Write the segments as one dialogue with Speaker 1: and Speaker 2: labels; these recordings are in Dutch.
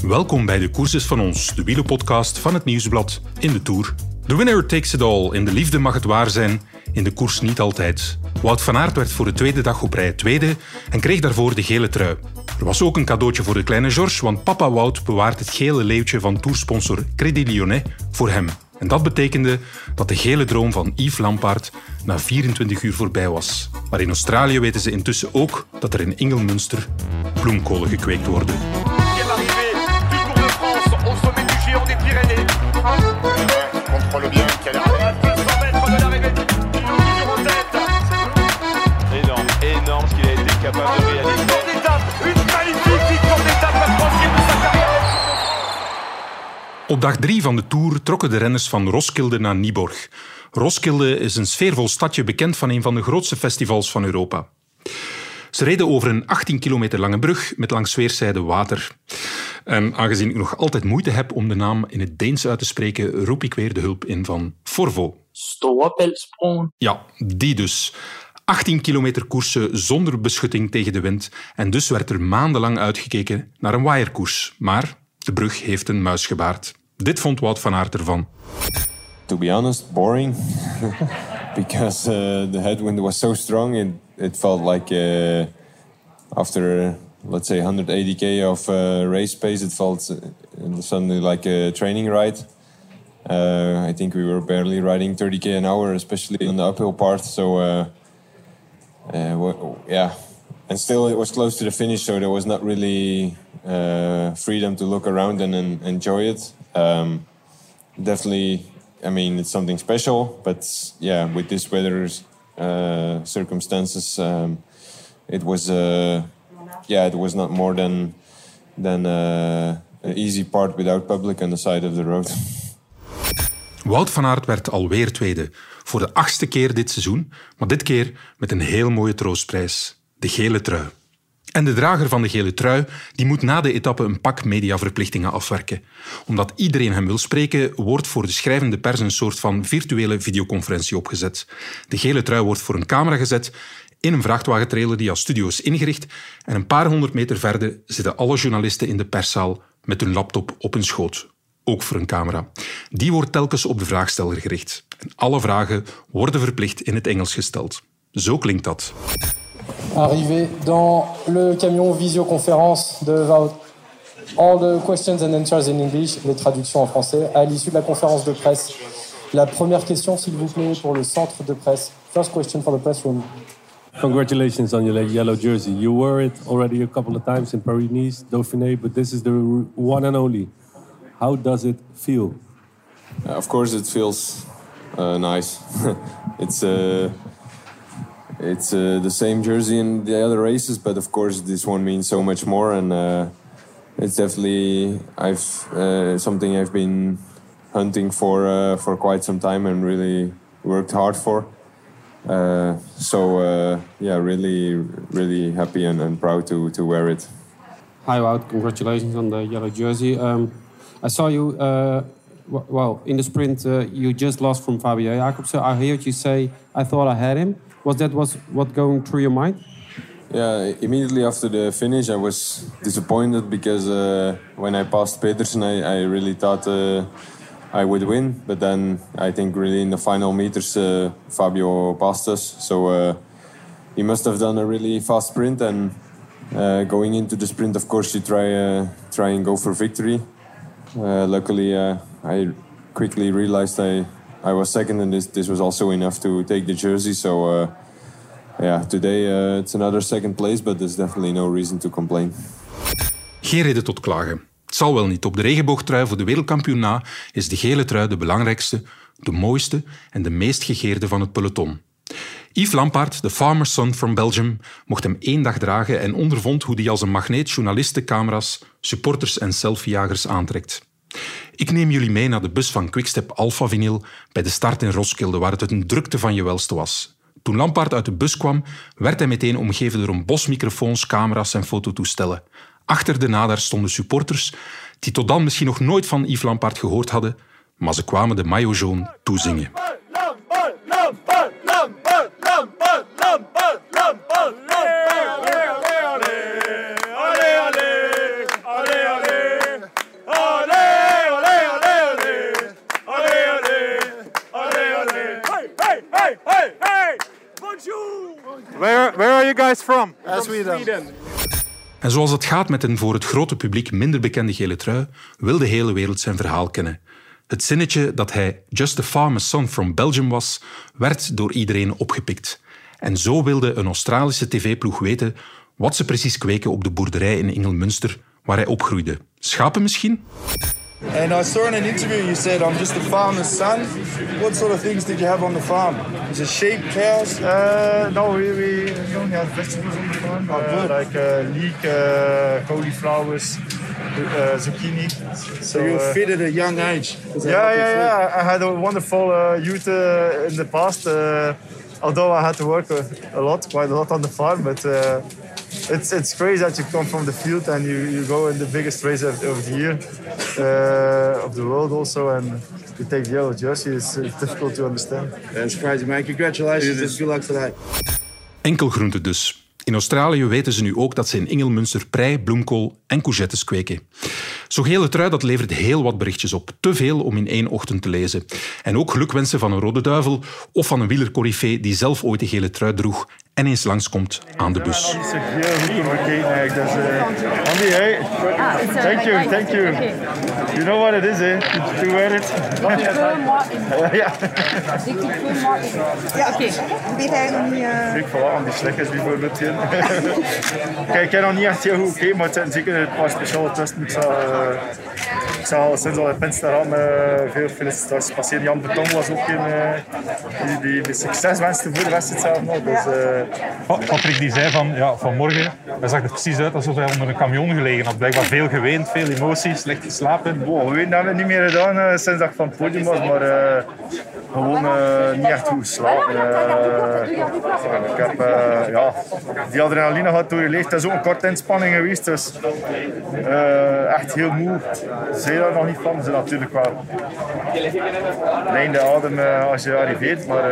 Speaker 1: Welkom bij de Koers is van ons, de wielerpodcast van het Nieuwsblad in de Tour. The winner takes it all. In de liefde mag het waar zijn, in de koers niet altijd. Wout van Aert werd voor de tweede dag op rij tweede en kreeg daarvoor de gele trui. Er was ook een cadeautje voor de kleine Georges, want papa Wout bewaart het gele leeuwtje van toursponsor Crédit Lyonnais voor hem. En dat betekende dat de gele droom van Yves Lampaert na 24 uur voorbij was. Maar in Australië weten ze intussen ook dat er in Ingelmünster bloemkolen gekweekt worden.
Speaker 2: Énorme ce qu'il a été capable de réaliser. Une magnifique victoire d'étape, la troisième de sa carrière.
Speaker 1: Op dag 3 van de Tour trokken de renners van Roskilde naar Nieborg. Roskilde is een sfeervol stadje bekend van een van de grootste festivals van Europa. Ze reden over een 18 kilometer lange brug met langs weerszijden water. En aangezien ik nog altijd moeite heb om de naam in het Deens uit te spreken, roep ik weer de hulp in van Forvo.
Speaker 3: Stoppelsprong.
Speaker 1: Ja, die dus. 18 kilometer koersen zonder beschutting tegen de wind. En dus werd er maandenlang uitgekeken naar een waaierkoers. Maar de brug heeft een muis gebaard. Dit vond Wout van Aert ervan.
Speaker 4: To be honest, boring. Because the headwind was so strong, it felt like after, let's say, 180k of race pace, it felt suddenly like a training ride. I think we were barely riding 30k an hour, especially on the uphill part. So, yeah. And still, it was close to the finish, so there was not really freedom to look around and enjoy it. Definitely, I mean, it's something special, but yeah, with this weather circumstances, it was not more than an easy part without public on the side of the road.
Speaker 1: Wout van Aert werd alweer tweede, voor de 8e keer dit seizoen, maar dit keer met een heel mooie troostprijs, de gele trui. En de drager van de gele trui die moet na de etappe een pak mediaverplichtingen afwerken. Omdat iedereen hem wil spreken, wordt voor de schrijvende pers een soort van virtuele videoconferentie opgezet. De gele trui wordt voor een camera gezet in een vrachtwagentrailer die als studio is ingericht en een paar honderd meter verder zitten alle journalisten in de perszaal met hun laptop op hun schoot. Ook voor een camera. Die wordt telkens op de vraagsteller gericht. En alle vragen worden verplicht in het Engels gesteld. Zo klinkt dat.
Speaker 5: Arrivé dans le camion visioconférence de Wout. All the questions and answers in English, les traductions en français, à l'issue de la conférence de presse. La première question, s'il vous plaît, pour le centre de presse. First question for the press room.
Speaker 6: Congratulations on your yellow jersey. You wore it already a couple of times in Paris-Nice, Dauphiné, but this is the one and only. How does it feel?
Speaker 4: Of course, it feels nice. It's the same jersey in the other races, but of course this one means so much more, and it's definitely something I've been hunting for quite some time and really worked hard for. Really happy and proud to wear it.
Speaker 7: Hi Wout, congratulations on the yellow jersey. I saw you, in the sprint you just lost from Fabio Jacobsen. I heard you say, I thought I had him. Was that what going through your mind?
Speaker 4: Yeah, immediately after the finish I was disappointed because when I passed Pedersen I really thought I would win. But then I think really in the final meters Fabio passed us. So he must have done a really fast sprint, and going into the sprint of course you try and go for victory. Luckily I quickly realized I was second, and this was also enough to take the jersey. So today it's another second place, but there's definitely no reason to complain.
Speaker 1: Geen reden tot klagen. Het zal wel niet. Op de regenboogtrui voor de wereldkampioen na is de gele trui de belangrijkste, de mooiste en de meest gegeerde van het peloton. Yves Lampaert, de farmer's son from Belgium, mocht hem 1 dag dragen en ondervond hoe hij als een magneet journalisten, camera's, supporters en selfiejagers aantrekt. Ik neem jullie mee naar de bus van Quickstep Alpha Vinyl bij de start in Roskilde, waar het een drukte van je welste was. Toen Lampaert uit de bus kwam, werd hij meteen omgeven door een bos microfoons, camera's en fototoestellen. Achter de nadar stonden supporters die tot dan misschien nog nooit van Yves Lampaert gehoord hadden, maar ze kwamen de maillot jaune toezingen.
Speaker 8: Where are you guys from?
Speaker 3: Sweden.
Speaker 1: En zoals het gaat met een voor het grote publiek minder bekende gele trui, wil de hele wereld zijn verhaal kennen. Het zinnetje dat hij just a farmer's son from Belgium was, werd door iedereen opgepikt. En zo wilde een Australische tv-ploeg weten wat ze precies kweken op de boerderij in Ingelmunster, waar hij opgroeide. Schapen misschien?
Speaker 9: And I saw in an interview you said, I'm just a farmer's son. What sort of things did you have on the farm? Is it sheep, cows?
Speaker 10: No, we only have vegetables on the farm. Like leek, cauliflowers, zucchini.
Speaker 9: So you were fit at a young age?
Speaker 10: Yeah. I had a wonderful youth in the past. Although I had to work quite a lot on the farm, but it's crazy that you come from the field and you go in the biggest race of the year, of the world also, and you take the yellow jersey. It's difficult to understand.
Speaker 9: That's crazy, man. Congratulations and good luck today.
Speaker 1: Enkel groente dus. In Australië weten ze nu ook dat ze in Ingelmunster prei, bloemkool en courgettes kweken. Zo'n gele trui dat levert heel wat berichtjes op. Te veel om in 1 ochtend te lezen. En ook gelukwensen van een rode duivel of van een wielercoryfee die zelf ooit de gele trui droeg en eens langskomt aan de bus.
Speaker 10: Ik zeg heel goed bekeken eigenlijk. Dus, Andy, hey. Thank you. You know what it is, eh? To wear it. Ja.
Speaker 11: Oké. Weet hij nog niet...
Speaker 10: Kijk, voilà, Andy Slek is bijvoorbeeld hier. Kijk, ik heb nog niet echt heel goed gekeken, maar het zijn zeker een paar speciale testen. Ik zag al sinds al in Instagram veel felicitaties passeren. Jan Beton was ook die succes wenste voor de wedstrijd zelf nog. Dus,
Speaker 8: Patrick die zei vanmorgen, hij zag er precies uit alsof hij onder een camion gelegen had. Blijkbaar veel geweend, veel emoties, slecht geslapen.
Speaker 10: Geween hebben we niet meer gedaan sinds dat ik van het podium was, maar gewoon niet echt goed geslapen. Ik heb die adrenaline gehad door je leeg. Het is ook een korte inspanning geweest, dus echt heel moe. Zei daar nog niet van. Ze natuurlijk wel leidende adem als je arriveert, maar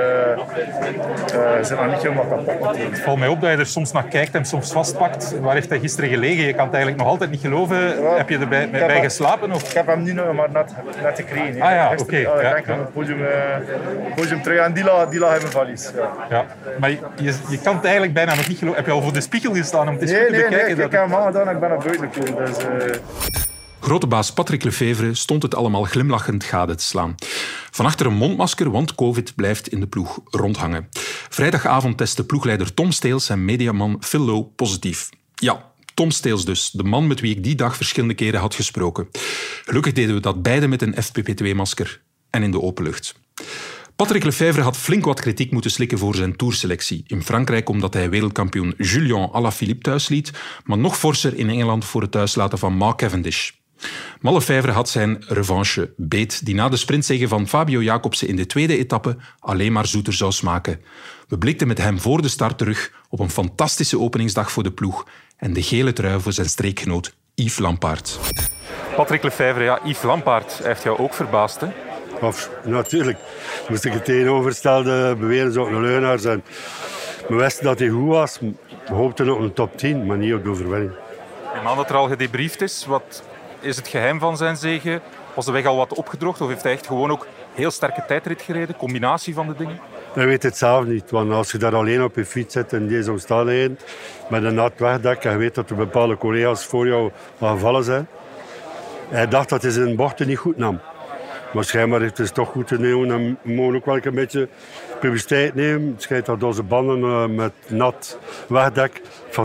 Speaker 10: ze zijn nog niet helemaal kapot.
Speaker 8: Het valt mij op dat je er soms naar kijkt en soms vastpakt. Waar heeft hij gisteren gelegen? Je kan het eigenlijk nog altijd niet geloven. Ja, heb je erbij bij geslapen? Of?
Speaker 10: Ik heb hem nu nog maar net gekregen.
Speaker 8: Ah ja, oké.
Speaker 10: Ik denk aan het podiumtrui en die lag in mijn valies.
Speaker 8: Ja. Maar je kan het eigenlijk bijna nog niet geloven. Heb je al voor de spiegel gestaan om het eens goed te bekijken?
Speaker 10: Nee, ik heb hem al gedaan en ik ben naar buiten gekomen. Dus,
Speaker 1: Grote baas Patrick Lefevre stond het allemaal glimlachend gade te slaan. Van achter een mondmasker, want COVID blijft in de ploeg rondhangen. Vrijdagavond testte ploegleider Tom Steels en mediaman Phil Lowe positief. Ja, Tom Steels dus, de man met wie ik die dag verschillende keren had gesproken. Gelukkig deden we dat beide met een FPP2-masker en in de open lucht. Patrick Lefevre had flink wat kritiek moeten slikken voor zijn tourselectie. In Frankrijk omdat hij wereldkampioen Julian Alaphilippe thuis liet, maar nog forser in Engeland voor het thuislaten van Mark Cavendish. Maar Lefevre had zijn revanche beet, die na de sprintzege van Fabio Jacobsen in de tweede etappe alleen maar zoeter zou smaken. We blikten met hem voor de start terug op een fantastische openingsdag voor de ploeg en de gele trui voor zijn streekgenoot Yves Lampaert.
Speaker 8: Patrick Lefevre, Yves Lampaert heeft jou ook verbaasd, hè?
Speaker 12: Natuurlijk. Moest ik het tegenoverstelde beweren, zou ik een leugenaar zijn. We wisten dat hij goed was. We hoopten op een top 10, maar niet op de overwinning.
Speaker 8: En nadat er al gedebriefd is, wat is het geheim van zijn zege? Was de weg al wat opgedroogd of heeft hij echt gewoon ook heel sterke tijdrit gereden? Combinatie van de dingen?
Speaker 12: Hij weet het zelf niet. Want als je daar alleen op je fiets zit in deze omstandigheden, met een nat wegdek en je weet dat er bepaalde collega's voor jou gevallen zijn. Hij dacht dat hij zijn bochten niet goed nam. Maar schijnbaar heeft het toch goed te nemen en we mogen ook wel een beetje publiciteit nemen. Het schijnt dat onze banden met nat wegdek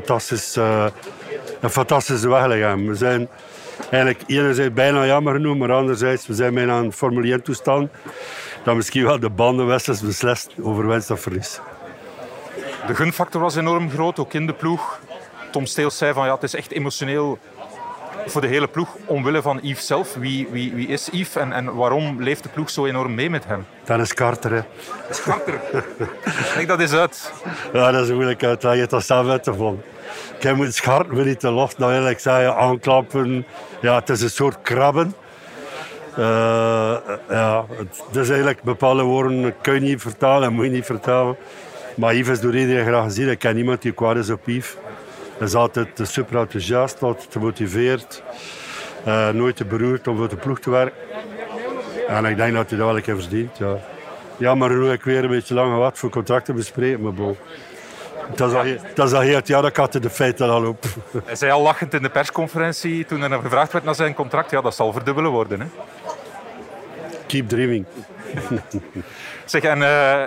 Speaker 12: een fantastische weg hebben. We zijn eigenlijk enerzijds bijna jammer genoeg, maar anderzijds we zijn bijna een Formule 1 toestand dat misschien wel de bandenwissels beslist over winst of verlies.
Speaker 8: De gunfactor was enorm groot, ook in de ploeg. Tom Steels zei van het is echt emotioneel voor de hele ploeg, omwille van Yves zelf. Wie is Yves en waarom leeft de ploeg zo enorm mee met hem?
Speaker 12: Dat is Carter, hè.
Speaker 8: Carter? Leg dat eens uit.
Speaker 12: Ja, dat is moeilijk uit. Je hebt dat zelf uit te vonden. Je moet scharten, wil niet te los. Dan wil ik zeggen, aanklappen. Ja, het is een soort krabben. Het is eigenlijk bepaalde woorden kun je niet vertalen en moet je niet vertalen. Maar Yves is door iedereen graag gezien. Ik ken niemand die kwaad is op Yves. Hij is altijd super enthousiast, altijd gemotiveerd. Nooit te beroerd om voor de ploeg te werken. En ik denk dat hij dat wel een keer verdient. Ja, maar nu heb ik weer een beetje lang gehad voor contracten bespreken. Maar bon. Dat is al heel het jaar dat ik achter de feiten al loop.
Speaker 8: Hij zei al lachend in de persconferentie toen er gevraagd werd naar zijn contract. Ja, dat zal verdubbelen worden. Hè?
Speaker 12: Keep dreaming.
Speaker 8: Zeg, en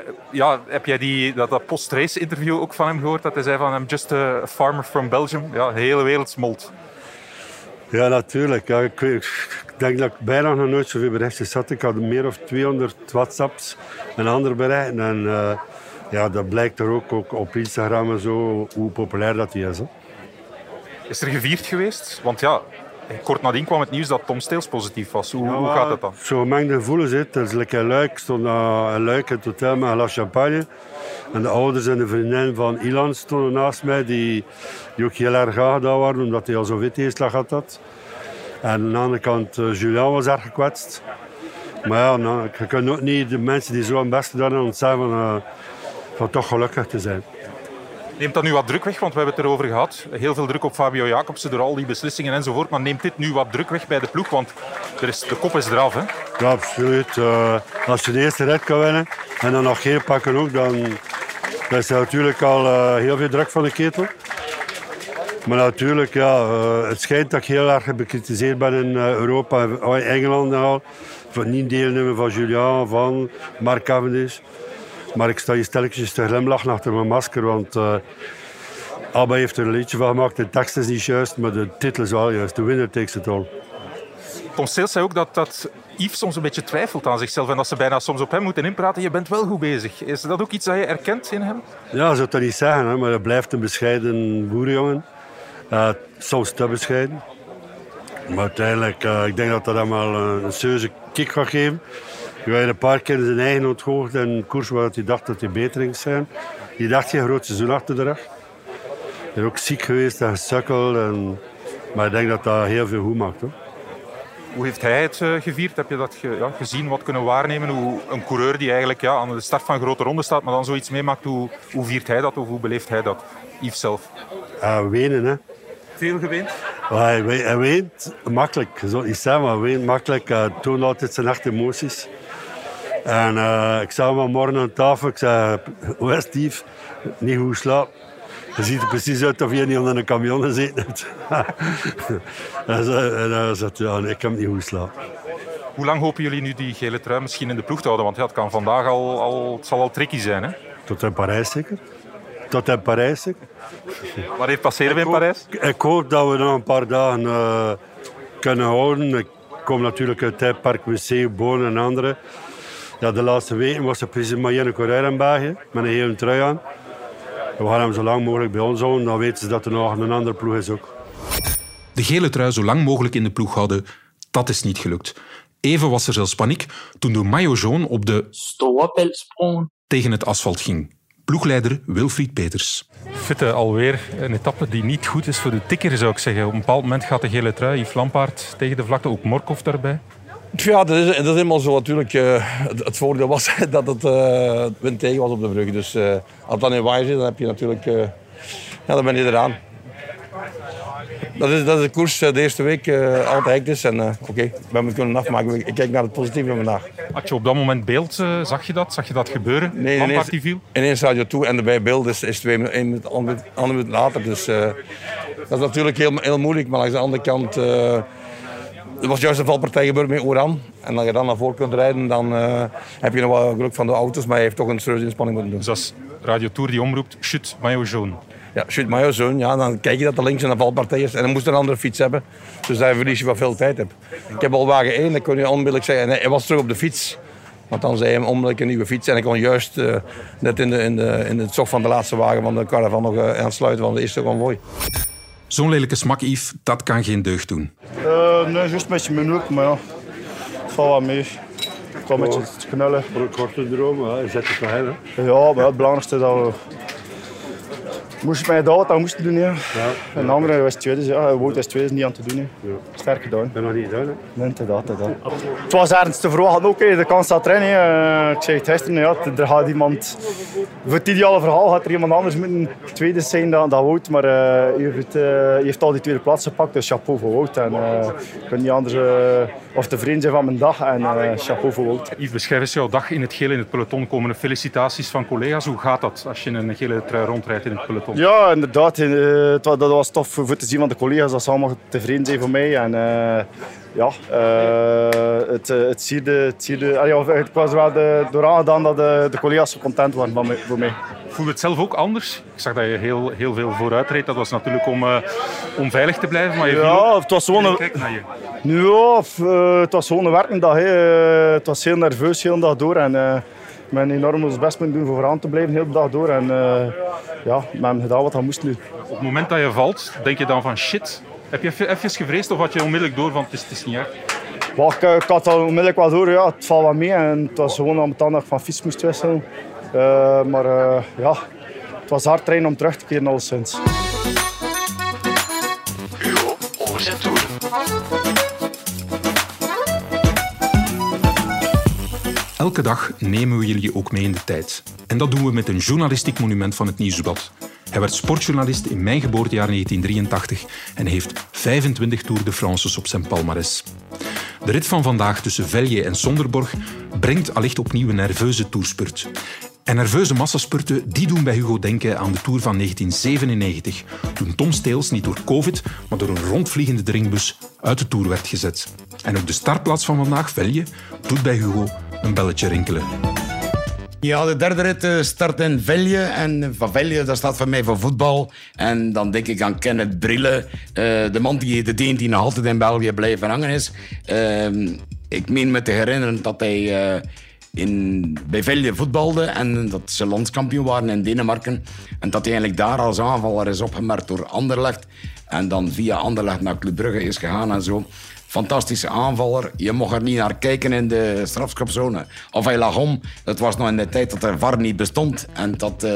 Speaker 8: heb jij dat post-race interview ook van hem gehoord? Dat hij zei van, I'm just a farmer from Belgium. Ja, de hele wereld smolt.
Speaker 12: Ja, natuurlijk. Ja, ik denk dat ik bijna nog nooit zoveel berichtjes had. Ik had meer dan 200 WhatsApps en andere berichten. En dat blijkt er ook op Instagram en zo, hoe populair dat hij is. Hè.
Speaker 8: Is er gevierd geweest? Want ja, kort nadien kwam het nieuws dat Tom Steels positief was. Hoe gaat het dan?
Speaker 12: Zo gemengde gevoelens. Het is lekker in Luik. Ik stond in Luik in het hotel met een glas champagne. En de ouders en de vriendin van Ilan stonden naast mij, die ook heel erg aangedaan waren, omdat hij al zo'n witteeslag had. En aan de andere kant, Julian was erg gekwetst. Maar ja, je kunt ook niet de mensen die zo hun best gedaan hebben zeggen van toch gelukkig te zijn.
Speaker 8: Neemt dat nu wat druk weg? Want we hebben het erover gehad. Heel veel druk op Fabio Jacobsen door al die beslissingen enzovoort. Maar neemt dit nu wat druk weg bij de ploeg? Want de kop is eraf, hè?
Speaker 12: Ja, absoluut. Als je de eerste rit kan winnen en dan nog geen pakken ook, dan is er natuurlijk al heel veel druk van de ketel. Maar natuurlijk, het schijnt dat ik heel erg bekritiseerd ben in Europa en in Engeland en al. Voor het niet deelnemen van Julian, van Mark Cavendish. Maar ik sta hier stilletjes te glimlachen achter mijn masker, want Abba heeft er een liedje van gemaakt. De tekst is niet juist, maar de titel is wel juist. The winner takes it all.
Speaker 8: Tom Steels zei ook dat Yves soms een beetje twijfelt aan zichzelf en dat ze bijna soms op hem moeten inpraten. Je bent wel goed bezig. Is dat ook iets dat je erkent in hem?
Speaker 12: Ja, ik zou dat niet zeggen, hè, maar hij blijft een bescheiden boerenjongen. Soms te bescheiden. Maar uiteindelijk, ik denk dat hem wel een serieuze kick gaat geven. Hij heeft een paar keer zijn eigen ontgoocheld in een koers waar hij dacht dat hij beter ging zijn. Hij dacht geen groot seizoen achter de rug. Hij is ook ziek geweest en gesukkeld. Maar ik denk dat dat heel veel goed maakt. Hoor.
Speaker 8: Hoe heeft hij het gevierd? Heb je dat gezien, wat kunnen waarnemen? Hoe een coureur die eigenlijk aan de start van een grote ronde staat, maar dan zoiets meemaakt, hoe viert hij dat of hoe beleeft hij dat? Yves zelf?
Speaker 12: Wenen, hè.
Speaker 8: Veel geweend?
Speaker 12: Hij weent makkelijk. Je zou niet zeggen, maar hij weent makkelijk. Hij toont altijd zijn echte emoties. En ik zag hem morgen aan tafel. Ik zei, hoe is het, Yves? Niet goed slapen. Je ziet er precies uit of je niet onder een camion gezeten hebt. En hij zei, ja, nee, ik heb niet goed slapen.
Speaker 8: Hoe lang hopen jullie nu die gele trui misschien in de ploeg te houden? Want het kan vandaag het zal al tricky zijn, hè?
Speaker 12: Tot in Parijs zeker. Tot in Parijs zeker.
Speaker 8: Wanneer passeren we in Parijs?
Speaker 12: Ik hoop dat we nog een paar dagen kunnen houden. Ik kom natuurlijk uit Tijdpark Museum, Bonen en andere. Ja, de laatste weken was er precies maar één coureur in België met een hele trui aan. We gaan hem zo lang mogelijk bij ons houden, dan weten ze dat er nog een andere ploeg is ook.
Speaker 1: De gele trui zo lang mogelijk in de ploeg houden, dat is niet gelukt. Even was er zelfs paniek toen de maillot jaune op de
Speaker 3: storopelsprong
Speaker 1: tegen het asfalt ging. Ploegleider Wilfried Peters.
Speaker 8: Fitte, alweer een etappe die niet goed is voor de tikker, zou ik zeggen. Op een bepaald moment gaat de gele trui, Yves Lampaert tegen de vlakte, ook Morkov daarbij.
Speaker 13: Ja, dat is helemaal zo natuurlijk. Het voordeel was dat het wind tegen was op de brug. Dus als het dan in waaier zit, dan heb je natuurlijk... dan ben je eraan. Dat is de koers de eerste week altijd hectisch. En oké, we hebben het kunnen afmaken. Ik kijk naar het positieve vandaag.
Speaker 8: Had je op dat moment beeld? Zag je dat? Zag je dat gebeuren?
Speaker 13: Nee,
Speaker 8: Lampaert die viel?
Speaker 13: Ineens Radio 2 en bij beeld is 2 minuten, 1 minuut later. Dus dat is natuurlijk heel moeilijk. Maar aan de andere kant... Er was juist een valpartij gebeurd met Oran. En als je dan naar voren kunt rijden, dan heb je nog wel geluk van de auto's. Maar je heeft toch een serieuze inspanning moeten doen.
Speaker 8: Dus als Radio Tour die omroept, chut, maillot jaune.
Speaker 13: Ja, chut, maillot jaune. Ja, dan kijk je dat er links een valpartij is. En dan moest er een andere fiets hebben. Dus daar verlies je wat veel tijd hebt. Ik heb al wagen 1, dan kon je onmiddellijk zeggen. Nee, hij was terug op de fiets. Want dan zei hij onmiddellijk een nieuwe fiets. En ik kon juist net in het zog van de laatste wagen van de caravan nog aansluiten van de eerste konvooi.
Speaker 1: Zo'n lelijke smak, Yves, dat kan geen deugd doen.
Speaker 10: Nee, juist een beetje minuut, maar ja, het valt wel mee. Ik kan een beetje knullen.
Speaker 12: Voor een korte droom, je zet het toch in, hè?
Speaker 10: Ja, maar het belangrijkste is dat we Moest mij dat wat dat moest doen, ja. En de andere was tweede, ja. Wout was tweede, niet aan te doen. Ja. Sterk gedaan.
Speaker 12: Ik ben nog niet gedaan, hè?
Speaker 10: Nee, inderdaad. Het was ergens te verwachten ook, de kans staat erin. Ik zei het gisteren, ja, er gaat iemand... Voor het ideale verhaal gaat er iemand anders moeten tweede zijn dan Wout. Maar hij heeft al die tweede plaats gepakt, dus chapeau voor Wout. En ik kan niet anders of tevreden zijn van mijn dag. En chapeau voor Wout.
Speaker 8: Yves, beschrijf eens jouw dag in het geel in het peloton. Komen er felicitaties van collega's? Hoe gaat dat als je een gele trui rondrijdt in het peloton?
Speaker 10: Ja, inderdaad. Dat was tof voor te zien van de collega's dat ze allemaal tevreden zijn voor mij. En het sierde. Ik was er wel door aangedaan dat de collega's zo content waren voor mij.
Speaker 8: Voel je het zelf ook anders? Ik zag dat je heel veel vooruit reed. Dat was natuurlijk om veilig te blijven. Maar je
Speaker 10: het was gewoon het was gewoon een werkende dag. Het was heel nerveus, heel de dag door. En mijn enorm ons best moeten doen voor vooraan te blijven, heel de dag door. En we hebben gedaan wat we moesten doen.
Speaker 8: Op het moment dat je valt, denk je dan van shit? Heb je even gevreesd of had je onmiddellijk door van het is niet erg?
Speaker 10: Ik had al onmiddellijk wel door, ja, het valt wel mee. En het was gewoon omdat ik van fiets moest wisselen. Het was hard trainen om terug te keren alleszins.
Speaker 14: Hugo over zijn toer.
Speaker 1: Elke dag nemen we jullie ook mee in de tijd. En dat doen we met een journalistiek monument van het Nieuwsblad. Hij werd sportjournalist in mijn geboortejaar 1983 en heeft 25 Tour de France's op zijn palmares. De rit van vandaag tussen Velje en Sonderborg brengt allicht opnieuw een nerveuze toerspurt. En nerveuze massaspurten die doen bij Hugo denken aan de Tour van 1997, toen Tom Steels niet door COVID, maar door een rondvliegende dringbus uit de Tour werd gezet. En ook de startplaats van vandaag, Velje, doet bij Hugo een belletje rinkelen.
Speaker 15: Ja, de derde rit start in Velje. En van Velje, dat staat voor mij voor voetbal. En dan denk ik aan Kenneth Brille. De man die nog altijd in België blijven hangen is. Ik meen me te herinneren dat hij bij Velje voetbalde. En dat ze landskampioen waren in Denemarken. En dat hij eigenlijk daar als aanvaller is opgemerkt door Anderlecht. En dan via Anderlecht naar Club Brugge is gegaan en zo. Fantastische aanvaller. Je mocht er niet naar kijken in de strafschopzone. Of hij lag om. Het was nog in de tijd dat er VAR niet bestond. En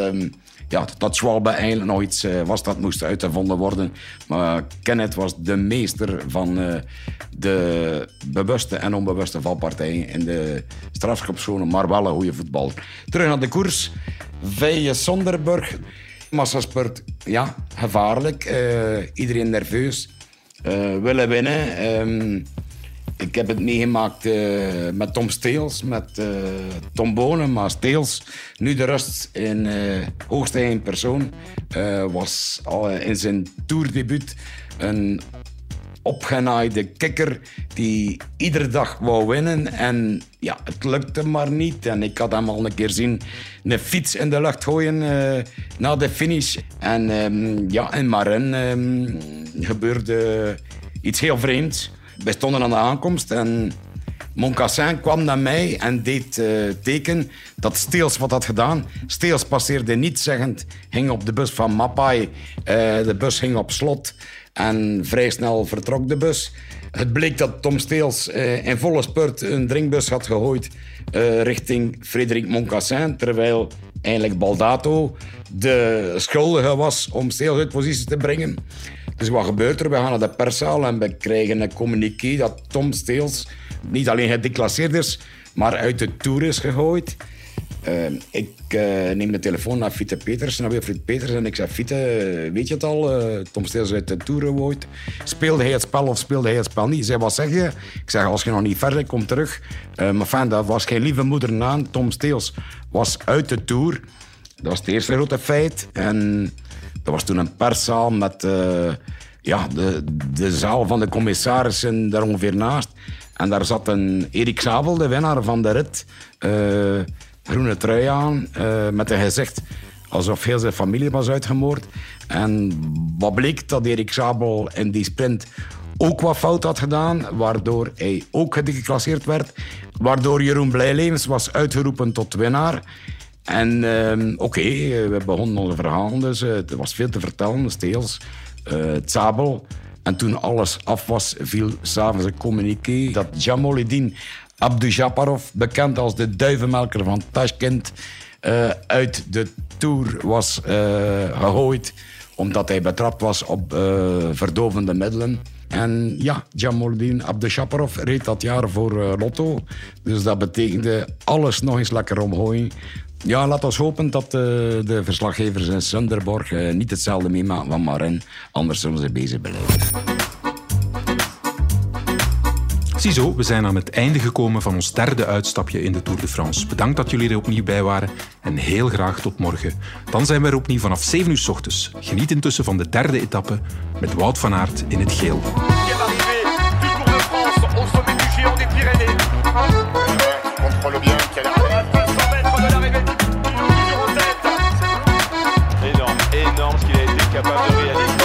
Speaker 15: dat Schwalbe eigenlijk nog iets was dat moest uitgevonden worden. Maar Kenneth was de meester van de bewuste en onbewuste valpartijen in de strafschopzone. Maar wel een goede voetballer. Terug naar de koers. Velje Sonderborg. Massaspurt, ja, gevaarlijk. Iedereen nerveus. Willen winnen. Ik heb het meegemaakt met Tom Steels, met Tom Bonen, maar Steels, nu de rust in hoogste één persoon, was al in zijn toerdebuut een opgenaaide kikker die iedere dag wou winnen. En ja, het lukte maar niet. En ik had hem al een keer zien een fiets in de lucht gooien na de finish. En in Marin gebeurde iets heel vreemds. Wij stonden aan de aankomst en Moncassin kwam naar mij en deed teken dat Steels wat had gedaan. Steels passeerde niet zeggend, ging op de bus van Mapai. De bus ging op slot en vrij snel vertrok de bus. Het bleek dat Tom Steels in volle spurt een drinkbus had gegooid richting Frederik Moncassin, terwijl eigenlijk Baldato de schuldige was om Steels uit positie te brengen. Dus wat gebeurt er? We gaan naar de perszaal en we krijgen een communiqué dat Tom Steels niet alleen gedeclasseerd is, maar uit de Tour is gegooid. Ik neem de telefoon naar Fiete Peters, naar Wilfried Peters, en ik zeg: Fiete, weet je het al? Tom Steels uit de Tour gegooid. Speelde hij het spel of speelde hij het spel niet? Hij zei: wat zeg je? Ik zeg: als je nog niet verder komt, terug. Maar dat was geen lieve moeder naam. Tom Steels was uit de Tour. Dat was het eerste grote feit. En dat was toen een perszaal met de zaal van de commissarissen daar ongeveer naast. En daar zat een Erik Zabel, de winnaar van de rit, groene trui aan, met een gezicht alsof heel zijn familie was uitgemoord. En wat bleek? Dat Erik Zabel in die sprint ook wat fout had gedaan, waardoor hij ook gedeclasseerd werd. Waardoor Jeroen Blijlevens was uitgeroepen tot winnaar. En we begonnen onze verhaal, dus er was veel te vertellen. Steels, Zabel. En toen alles af was, viel s'avonds een communiqué dat Jamaleddin Abdujaparov, bekend als de duivenmelker van Tashkent, uit de Tour was gegooid omdat hij betrapt was op verdovende middelen. En ja, Djamaldin Abdeshaparov reed dat jaar voor Lotto. Dus dat betekende alles nog eens lekker omgooien. Ja, laat ons hopen dat de verslaggevers in Sunderborg niet hetzelfde meemaken van Marin. Anders zullen ze bezig blijven.
Speaker 1: Ziezo, we zijn aan het einde gekomen van ons derde uitstapje in de Tour de France. Bedankt dat jullie er opnieuw bij waren en heel graag tot morgen. Dan zijn we er opnieuw vanaf 7 uur 's ochtends. Geniet intussen van de derde etappe met Wout van Aert in het geel.
Speaker 2: Énorme ce qu'il a été capable de réaliser.